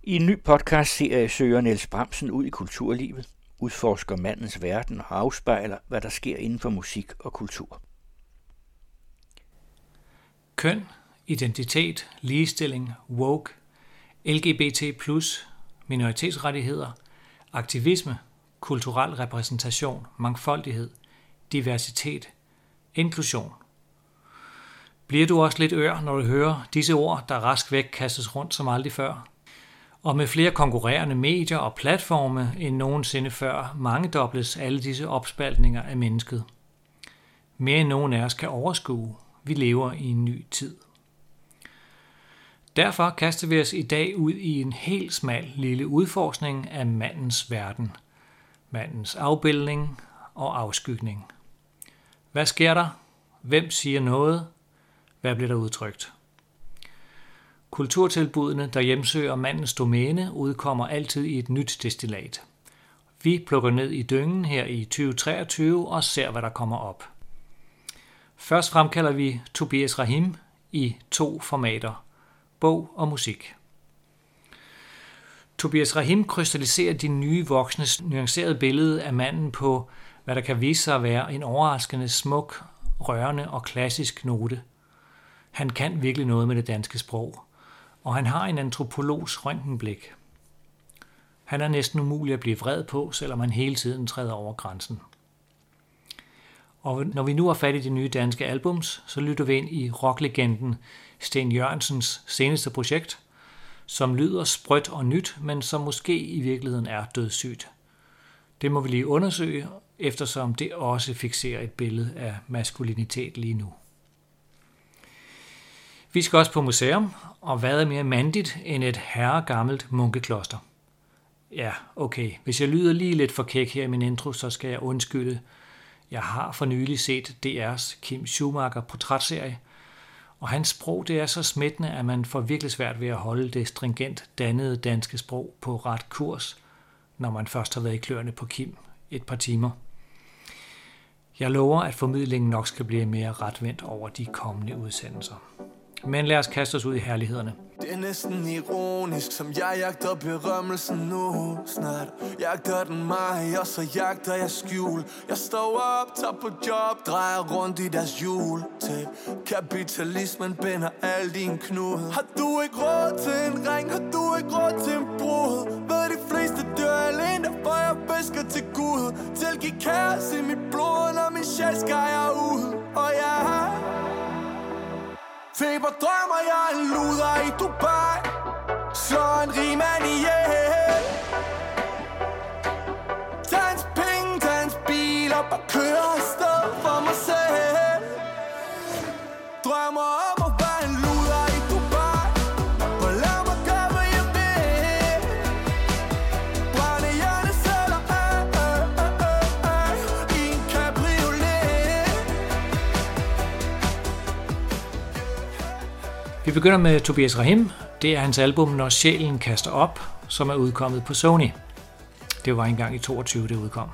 I en ny podcast-serie søger Niels Bramsen ud i kulturlivet, udforsker mandens verden og afspejler, hvad der sker inden for musik og kultur. Køn, identitet, ligestilling, woke, LGBT+, minoritetsrettigheder, aktivisme, kulturel repræsentation, mangfoldighed, diversitet, inklusion. Bliver du også lidt ør, når du hører disse ord, der rask væk kastes rundt som aldrig før? Og med flere konkurrerende medier og platforme end nogensinde før, mangedobles alle disse opspaltninger af mennesket. Mere end nogen af os kan overskue. Vi lever i en ny tid. Derfor kaster vi os i dag ud i en helt smal lille udforskning af mandens verden. Mandens afbildning og afskygning. Hvad sker der? Hvem siger noget? Hvad bliver der udtrykt? Kulturtilbudene, der hjemsøger mandens domæne, udkommer altid i et nyt destillat. Vi plukker ned i dyngen her i 2023 og ser, hvad der kommer op. Først fremkalder vi Tobias Rahim i 2 formater, bog og musik. Tobias Rahim krystalliserer de nye voksnes nuancerede billede af manden på, hvad der kan vise sig at være en overraskende smuk, rørende og klassisk note. Han kan virkelig noget med det danske sprog, og han har en antropologs røntgenblik. Han er næsten umulig at blive vred på, selvom han hele tiden træder over grænsen. Og når vi nu har fat i de nye danske albums, så lytter vi ind i rocklegenden Sten Jørgensens seneste projekt, som lyder sprødt og nyt, men som måske i virkeligheden er dødssygt. Det må vi lige undersøge, eftersom det også fikserer et billede af maskulinitet lige nu. Vi skal også på museum, og hvad er mere mandigt end et herregammelt munkekloster? Ja, okay, hvis jeg lyder lige lidt for kæk her i min intro, så skal jeg undskylde. Jeg har for nylig set DR's Kim Schumacher portrætserie, og hans sprog det er så smittende, at man får virkelig svært ved at holde det stringent dannede danske sprog på ret kurs, når man først har været i kløerne på Kim et par timer. Jeg lover, at formidlingen nok skal blive mere retvendt over de kommende udsendelser. Men lad os kaste os ud i herlighederne. Det er næsten ironisk, som jeg jagter berømmelsen nu. Snart jagter den mig, og så jagter jeg skjul. Jeg står op, tager på job, drejer rundt i deres hjul. Til kapitalismen binder al din knude. Har du ikke råd til en ring, har du ikke råd til en brud? Ved de fleste dør alene, for jeg bæsker til Gud. Tilgiv kaos i mit blod, når min sjæl skærer ud. Og jeg har feber drømmer, jeg en luder i Dubai. Slår en rig mand ihjel. Tag hans penge, tag hans bil op og kører afsted for mig selv. Drømmer om at være en luder i Dubai. Og lad mig gøre, hvad jeg vil. Brænde hjerneceller i en cabriolet. Vi begynder med Tobias Rahim. Det er hans album Når sjælen kaster op, som er udkommet på Sony. Det var engang i 22, det udkom.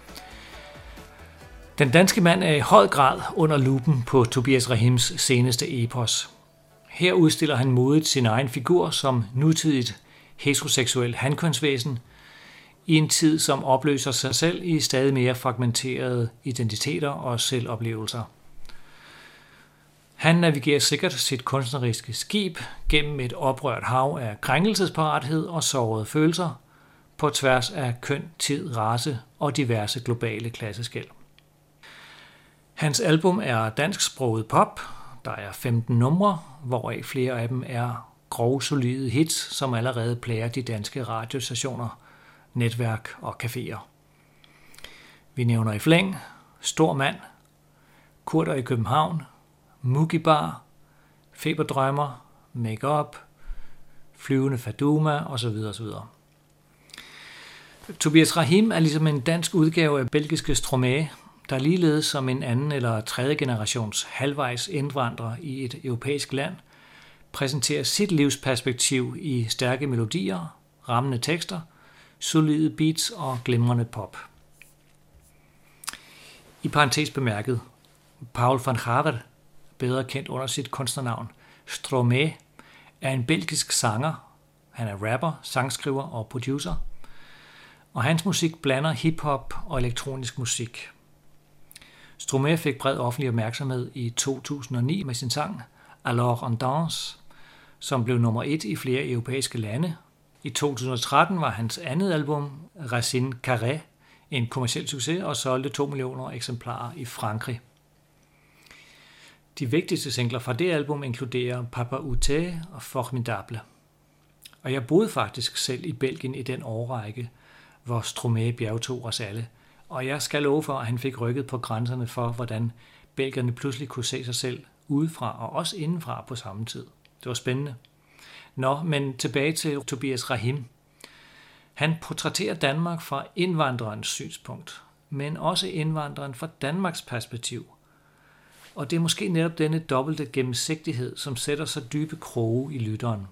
Den danske mand er i høj grad under lupen på Tobias Rahims seneste epos. Her udstiller han modigt sin egen figur som nutidigt heteroseksuel hankønsvæsen i en tid, som opløser sig selv i stadig mere fragmenterede identiteter og selvoplevelser. Han navigerer sikkert sit kunstneriske skib gennem et oprørt hav af krænkelsesparathed og sårede følelser på tværs af køn, tid, race og diverse globale klasseskel. Hans album er dansksproget pop. Der er 15 numre, hvoraf flere af dem er grove, solide hits, som allerede plager de danske radiostationer, netværk og caféer. Vi nævner i flæng Stor Mand, Kurter i København, Mugi Bar, Feberdrømmer, Make Up, Flyvende Faduma osv. osv. Tobias Rahim er ligesom en dansk udgave af belgiske Stromae, der ligeledes som en anden eller tredje generations halvvejs indvandrer i et europæisk land, præsenterer sit livsperspektiv i stærke melodier, rammende tekster, solide beats og glimrende pop. I parentes bemærket, Paul van Haver, bedre kendt under sit kunstnernavn Stromae, er en belgisk sanger, Han er rapper, sangskriver og producer. Og hans musik blander hiphop og elektronisk musik. Stromae fik bred offentlig opmærksomhed i 2009 med sin sang Alors on danse, som blev nummer 1 i flere europæiske lande. I 2013 var hans andet album, Racine Carrée, en kommerciel succes og solgte 2 millioner eksemplarer i Frankrig. De vigtigste singler fra det album inkluderer Papa Outé og Formidable. Og jeg boede faktisk selv i Belgien i den årrække, hvor Stromae bjergtog os alle. Og jeg skal love for, at han fik rykket på grænserne for, hvordan belgierne pludselig kunne se sig selv udefra og også indenfra på samme tid. Det var spændende. Nå, men tilbage til Tobias Rahim. Han portrætterer Danmark fra indvandrerens synspunkt, men også indvandreren fra Danmarks perspektiv. Og det er måske netop denne dobbelte gennemsigtighed, som sætter så dybe kroge i lytteren.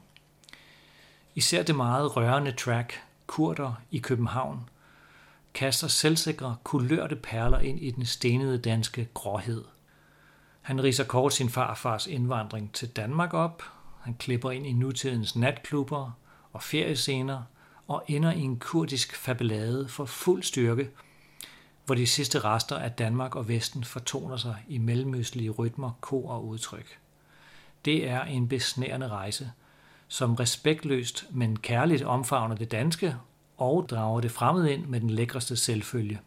Især det meget rørende track, Kurder i København, kaster selvsikre, kulørte perler ind i den stenede danske gråhed. Han ridser kort sin farfars indvandring til Danmark op, han klipper ind i nutidens natklubber og feriescener og ender i en kurdisk fabelade for fuld styrke, hvor de sidste rester af Danmark og Vesten fortoner sig i mellemøstlige rytmer, kor og udtryk. Det er en besnærende rejse, som respektløst, men kærligt omfavner det danske og drager det fremmede ind med den lækreste selvfølge.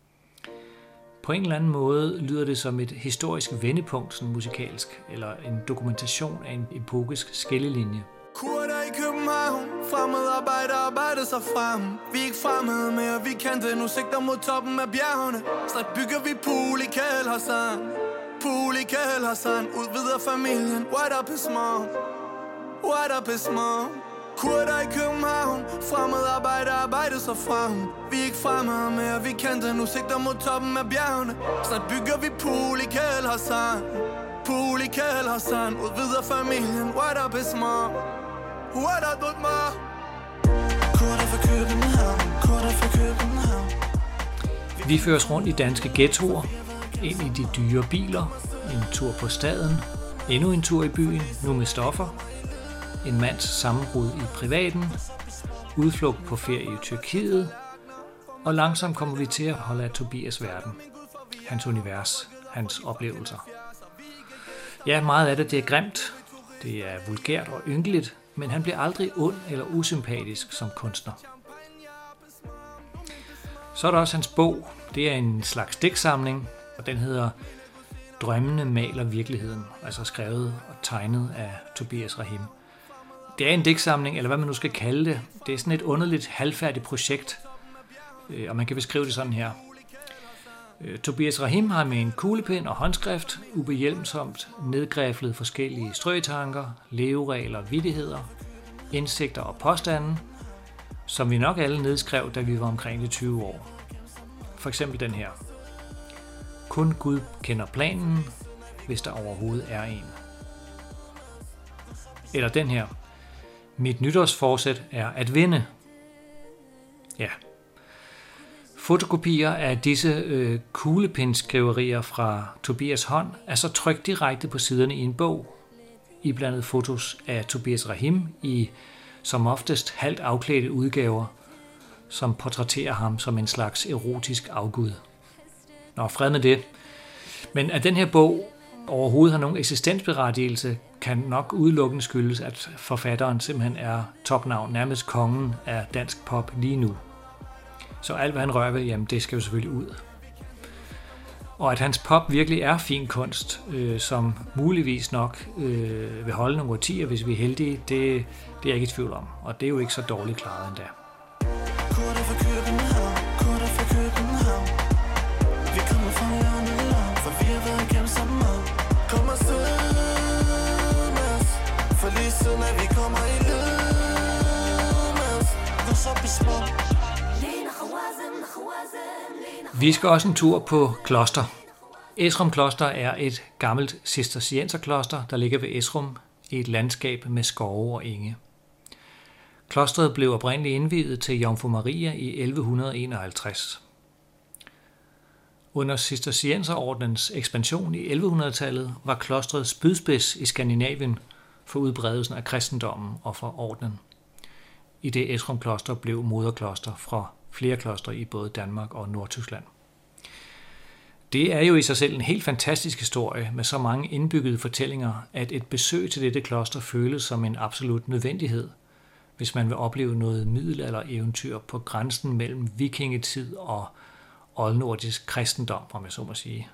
På en eller anden måde lyder det som et historisk vendepunkt, sådan musikalsk, eller en dokumentation af en epokisk skillelinje. Kurder i København, fremmede arbejder sig frem. Vi er ikke fremmede mere, vi kan det nu, sigter mod toppen af bjergene. Så bygger vi pool i Kjell Hassan, pool i Kjell Hassan, udvider familien. What up is mom? What up is mom? Kurder i København, fremmede arbejder sig frem. Vi er ikke fremmede mere, vi kan det nu, sigter mod toppen af bjergene. Så bygger vi pool i Kjell Hassan, pool i Kjell Hassan, udvider familien. What up is mom? What up with mom? Kurder fra København, kurder fra København. Vi føres rundt i danske ghettoer, ind i de dyre biler, en tur på staden, endnu en tur i byen, nu med stoffer, en mands sammenbrud i privaten, udflugt på ferie i Tyrkiet, og langsomt kommer vi til at holde af Tobias verden, hans univers, hans oplevelser. Ja, meget af det er grimt, det er vulgært og ynkeligt, men han bliver aldrig ond eller usympatisk som kunstner. Så er der også hans bog. Det er en slags digtsamling, og den hedder Drømmene maler virkeligheden, altså skrevet og tegnet af Tobias Rahim. Det er en digtsamling, eller hvad man nu skal kalde det. Det er sådan et underligt, halvfærdigt projekt, og man kan beskrive det sådan her. Tobias Rahim har med en kuglepen og håndskrift ubehjælpsomt nedgræflet forskellige strøtanker, leveregler, vittigheder, indsigter og påstande, som vi nok alle nedskrev, da vi var omkring de 20 år. For eksempel den her. Kun Gud kender planen, hvis der overhovedet er en. Eller den her. Mit nytårsforsæt er at vinde. Ja. Fotokopier af disse kuglepindskriverier fra Tobias hånd er så trykt direkte på siderne i en bog, iblandet fotos af Tobias Rahim i som oftest halvt afklædte udgaver, som portrætterer ham som en slags erotisk afgud. Nå, fred med det. Men at den her bog overhovedet har nogen eksistensberettigelse, kan nok udelukkende skyldes, at forfatteren simpelthen er topnavn, nærmest kongen af dansk pop lige nu. Så alt, hvad han rører ved, jamen det skal jo selvfølgelig ud. Og at hans pop virkelig er fin kunst, som muligvis nok vil holde nogle årtier, hvis vi er heldige, det er jeg ikke i tvivl om. Og det er jo ikke så dårligt klaret endda. Vi kommer fra landet langt, for vi har været gennem sammen med. Kom og sted med os, for lige siden at vi kommer i led med os. Vokser op i små. Vi skal også en tur på kloster. Esrum Kloster er et gammelt cistercienserkloster, der ligger ved Esrum i et landskab med skove og enge. Klostret blev oprindeligt indviet til Jomfru Maria i 1151. Under cistercienserordenens ekspansion i 1100-tallet var klostret spydspids i Skandinavien for udbredelsen af kristendommen og for ordenen. i det Esrum Kloster blev moderkloster fra flere klostre i både Danmark og Nordtyskland. Det er jo i sig selv en helt fantastisk historie med så mange indbyggede fortællinger, at et besøg til dette kloster føles som en absolut nødvendighed, hvis man vil opleve noget middelalder-eventyr på grænsen mellem vikingetid og oldnordisk kristendom, om jeg så må sige.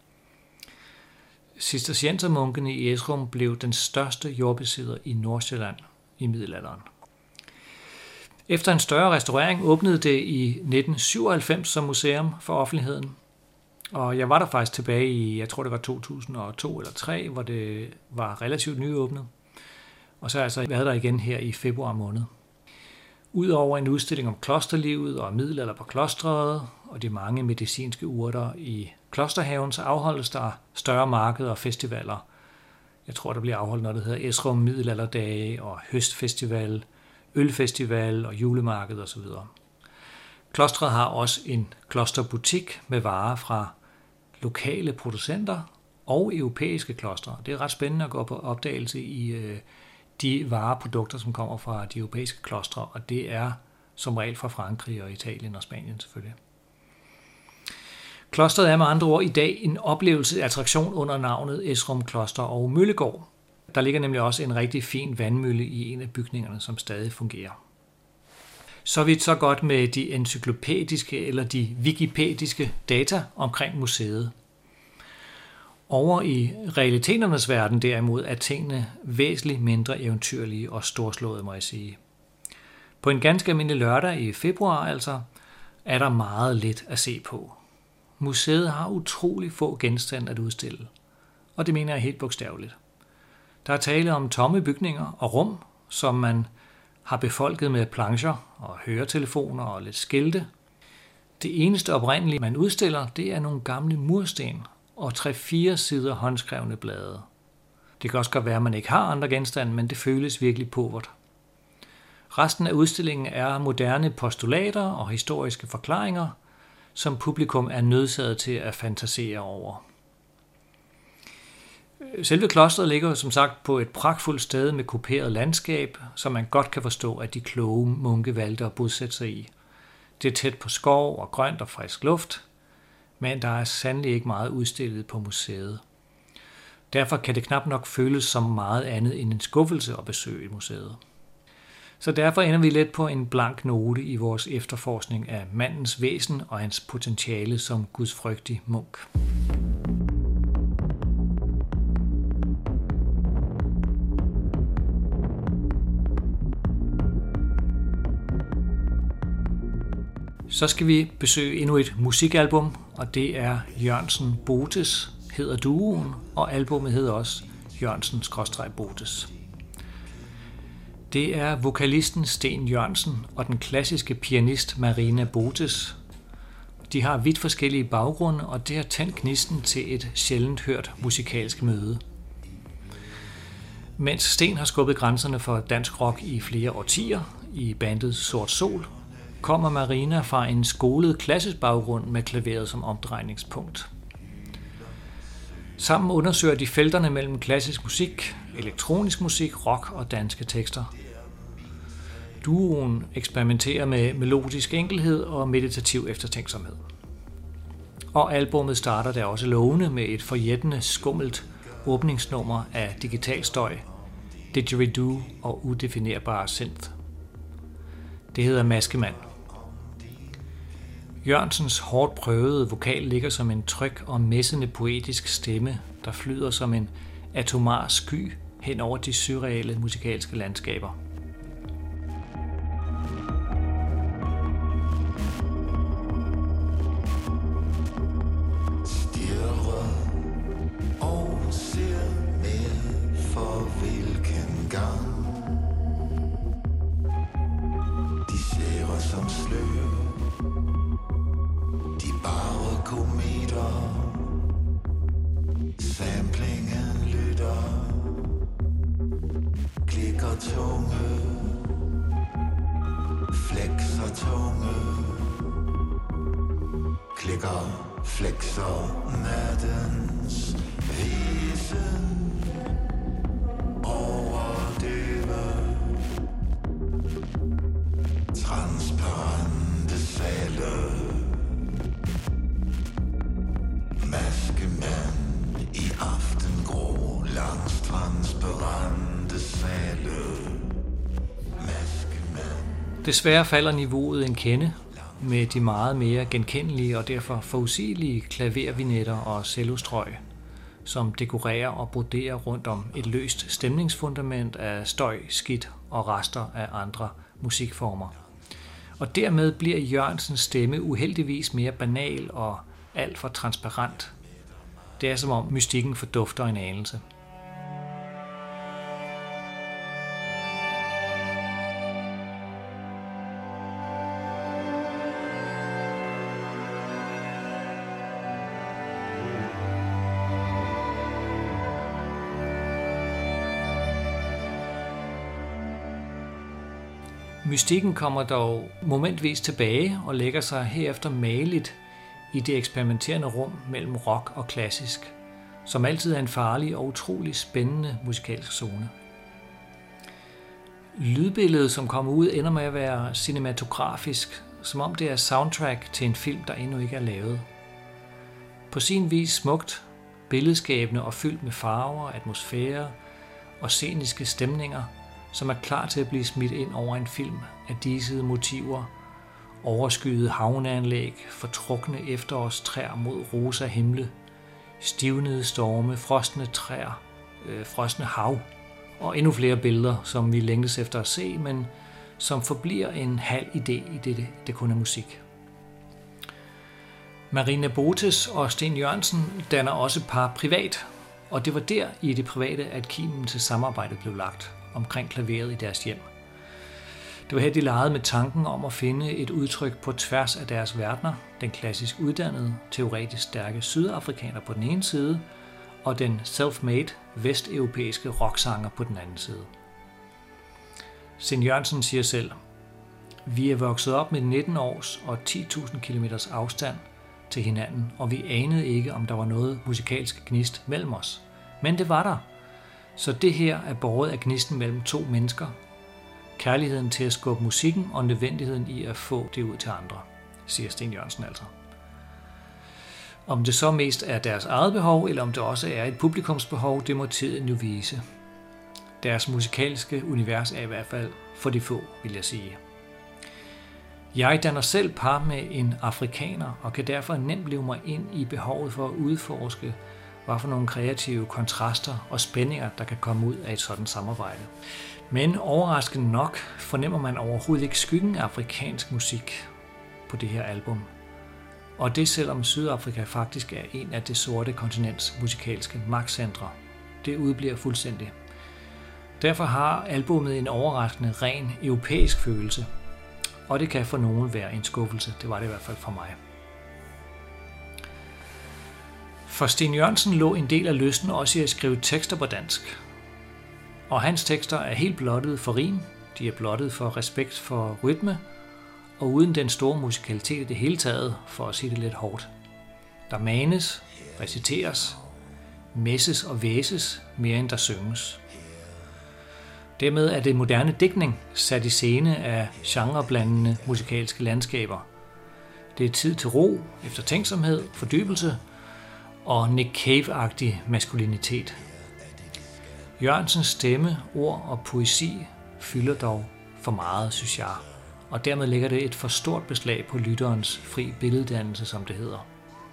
Cisterciensermunkene i Esrum blev den største jordbesidder i Nordsjælland i middelalderen. Efter en større restaurering åbnede det i 1997 som museum for offentligheden, og jeg var der faktisk tilbage i, jeg tror det var 2002 eller 2003, hvor det var relativt nyåbnet. Og så har jeg altså været der igen her i februar måned. Udover en udstilling om klosterlivet og middelalder på klostret og de mange medicinske urter i klosterhaven, så afholdes der større markeder og festivaler. Jeg tror, der bliver afholdt noget, der hedder Esrum Middelalderdage og Høstfestival, Ølfestival og julemarked osv. Klostret har også en klosterbutik med varer fra lokale producenter og europæiske klostre. Det er ret spændende at gå på opdagelse i de vareprodukter, som kommer fra de europæiske klostre, og det er som regel fra Frankrig og Italien og Spanien selvfølgelig. Klostret er med andre ord i dag en oplevelsesattraktion under navnet Esrum Kloster og Møllegård. Der ligger nemlig også en rigtig fin vandmølle i en af bygningerne, som stadig fungerer. Så vidt så godt med de encyklopædiske eller de wikipædiske data omkring museet. Over i realiteternes verden derimod er tingene væsentligt mindre eventyrlige og storslåede, må jeg sige. På en ganske almindelig lørdag i februar altså, er der meget lidt at se på. Museet har utrolig få genstande at udstille, og det mener jeg helt bogstaveligt. Der er tale om tomme bygninger og rum, som man har befolket med plancher og høretelefoner og lidt skilte. Det eneste oprindelige, man udstiller, det er nogle gamle mursten og 3-4 sider håndskrevne blade. Det kan også godt være, at man ikke har andre genstande, men det føles virkelig pauvert. Resten af udstillingen er moderne postulater og historiske forklaringer, som publikum er nødsaget til at fantasere over. Selve klosteret ligger som sagt på et pragtfuldt sted med kuperet landskab, som man godt kan forstå, at de kloge munke valgte at bosætte sig i. Det er tæt på skov og grønt og frisk luft, men der er sandelig ikke meget udstillet på museet. Derfor kan det knap nok føles som meget andet end en skuffelse at besøge museet. Så derfor ender vi lidt på en blank note i vores efterforskning af mandens væsen og hans potentiale som gudsfrygtig munk. Så skal vi besøge endnu et musikalbum, og det er Jørgensen Botes, hedder duoen, og albumet hedder også Jørgensen-Botes. Det er vokalisten Sten Jørgensen og den klassiske pianist Marina Botes. De har vidt forskellige baggrunde, og det har tændt gnisten til et sjældent hørt musikalsk møde. Mens Sten har skubbet grænserne for dansk rock i flere årtier i bandet Sort Sol, kommer Marina fra en skolet klassisk baggrund med klaveret som omdrejningspunkt. Sammen undersøger de felterne mellem klassisk musik, elektronisk musik, rock og danske tekster. Duoen eksperimenterer med melodisk enkelhed og meditativ eftertænksomhed. Og albummet starter der også lovende med et forjættende, skummelt åbningsnummer af digital støj, didgeridoo og udefinerbar synth. Det hedder Maskemand. Jørgensens hårdt prøvede vokal ligger som en tryg og messende poetisk stemme, der flyder som en atomar sky hen over de surreale musikalske landskaber. Flexer nattens visen overdøve Desværre falder niveauet en kende med de meget mere genkendelige og derfor forudsigelige klavervignetter og cellostrøg, som dekorerer og broderer rundt om et løst stemningsfundament af støj, skidt og rester af andre musikformer. Og dermed bliver Jørgensens stemme uheldigvis mere banal og alt for transparent. Det er som om mystikken fordufter en anelse. Mystikken kommer dog momentvis tilbage og lægger sig herefter mageligt i det eksperimenterende rum mellem rock og klassisk, som altid er en farlig og utrolig spændende musikalsk zone. Lydbilledet, som kommer ud, ender med at være cinematografisk, som om det er soundtrack til en film, der endnu ikke er lavet. På sin vis smukt, billedskabende og fyldt med farver, atmosfære og sceniske stemninger, som er klar til at blive smidt ind over en film af disse motiver, overskyede havneanlæg, fortrukne efterårstræer mod rosa himle, stivnede storme, frosne træer, frosne hav og endnu flere billeder, som vi længtes efter at se, men som forbliver en halv idé i det kun er musik. Marina Botes og Sten Jørgensen danner også par privat, og det var der i det private, at kimen til samarbejdet blev lagt omkring klaveret i deres hjem. Det var her, de legede med tanken om at finde et udtryk på tværs af deres verdener, den klassisk uddannede, teoretisk stærke sydafrikaner på den ene side, og den self-made, vesteuropæiske rocksanger på den anden side. Sten Jørgensen siger selv, vi er vokset op med 19 års og 10.000 kilometers afstand til hinanden, og vi anede ikke, om der var noget musikalsk gnist mellem os. Men det var der. Så det her er båret af gnisten mellem to mennesker. Kærligheden til at skubbe musikken og nødvendigheden i at få det ud til andre, siger Sten Jørgensen altså. Om det så mest er deres eget behov, eller om det også er et publikumsbehov, det må tiden jo vise. Deres musikalske univers er i hvert fald for de få, vil jeg sige. Jeg danner selv par med en afrikaner, og kan derfor nemt leve mig ind i behovet for at udforske, hvad for nogle kreative kontraster og spændinger, der kan komme ud af et sådan samarbejde. Men overraskende nok fornemmer man overhovedet ikke skyggen af afrikansk musik på det her album. Og det selvom Sydafrika faktisk er en af det sorte kontinents musikalske magtcentre. Det udbliver fuldstændig. Derfor har albumet en overraskende ren europæisk følelse. Og det kan for nogen være en skuffelse. Det var det i hvert fald for mig. For Sten Jørgensen lå en del af lysten også i at skrive tekster på dansk. Og hans tekster er helt blottet for rim, de er blottet for respekt for rytme, og uden den store musikalitet i det hele taget, for at sige det lidt hårdt. Der manes, reciteres, messes og væses mere end der synges. Dermed er det moderne digtning sat i scene af genreblandende musikalske landskaber. Det er tid til ro, eftertænksomhed, fordybelse og Nick Cave-agtig maskulinitet. Jørgensens stemme, ord og poesi fylder dog for meget, synes jeg, og dermed lægger det et for stort beslag på lytterens fri billeddannelse, som det hedder.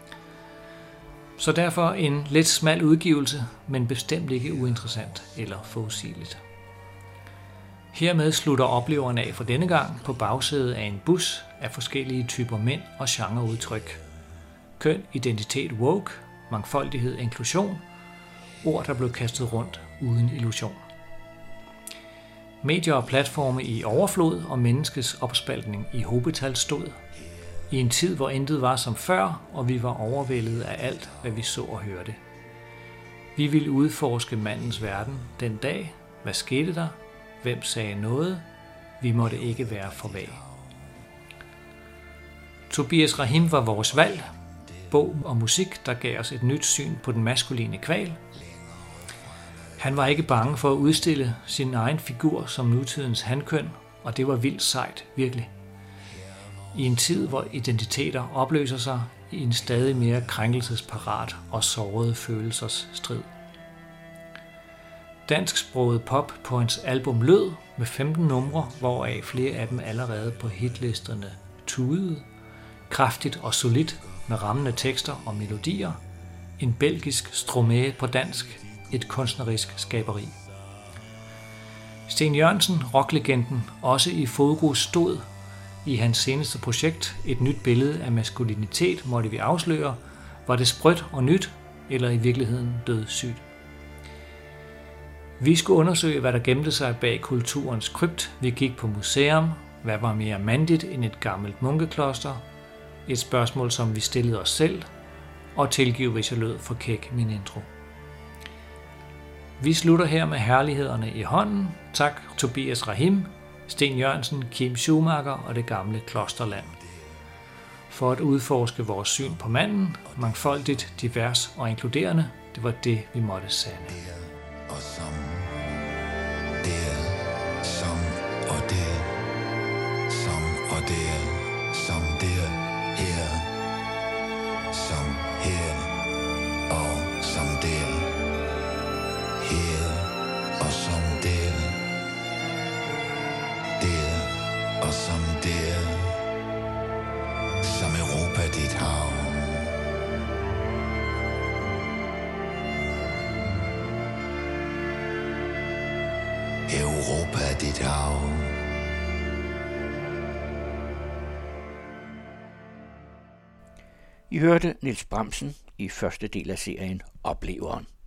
Så derfor en lidt smal udgivelse, men bestemt ikke uinteressant eller forudsigeligt. Hermed slutter opleveren af for denne gang på bagsædet af en bus af forskellige typer mænd og genreudtryk. Køn, identitet, woke, mangfoldighed, inklusion, ord der blev kastet rundt uden illusion. Medier og platforme i overflod og menneskets opspaltning i hobetal stod. I en tid, hvor intet var som før, og vi var overvældet af alt, hvad vi så og hørte. Vi ville udforske mandens verden den dag. Hvad skete der? Hvem sagde noget? Vi måtte ikke være for vage. Tobias Rahim var vores valg. Bog og musik, der gav os et nyt syn på den maskuline kval. Han var ikke bange for at udstille sin egen figur som nutidens hankøn, og det var vildt sejt, virkelig. I en tid, hvor identiteter opløser sig i en stadig mere krænkelsesparat og sårede følelsers strid. Dansksproget pop på hans album lød med 15 numre, hvoraf flere af dem allerede på hitlisterne tudede, kraftigt og solidt med rammende tekster og melodier, en belgisk Stromae på dansk, et kunstnerisk skaberi. Steen Jørgensen, rocklegenden, også i fodrus stod i hans seneste projekt Et nyt billede af maskulinitet, måtte vi afsløre, var det sprødt og nyt, eller i virkeligheden dødssygt. Vi skulle undersøge, hvad der gemte sig bag kulturens krypt. Vi gik på museum. Hvad var mere mandigt end et gammelt munkekloster? Et spørgsmål, som vi stillede os selv, og tilgiv, hvis jeg lød for kæk min intro. Vi slutter her med herlighederne i hånden. Tak Tobias Rahim, Steen Jørgensen, Kim Schumacher og det gamle klosterland. For at udforske vores syn på manden, mangfoldigt, divers og inkluderende, det var det, vi måtte sande. Og som der, som og der, som og der, som der, her, som her, og som der, her, og som der, der, og som der, som Europa dit hav. Europa dit hav. I hørte Niels Bramsen i første del af serien Opleveren.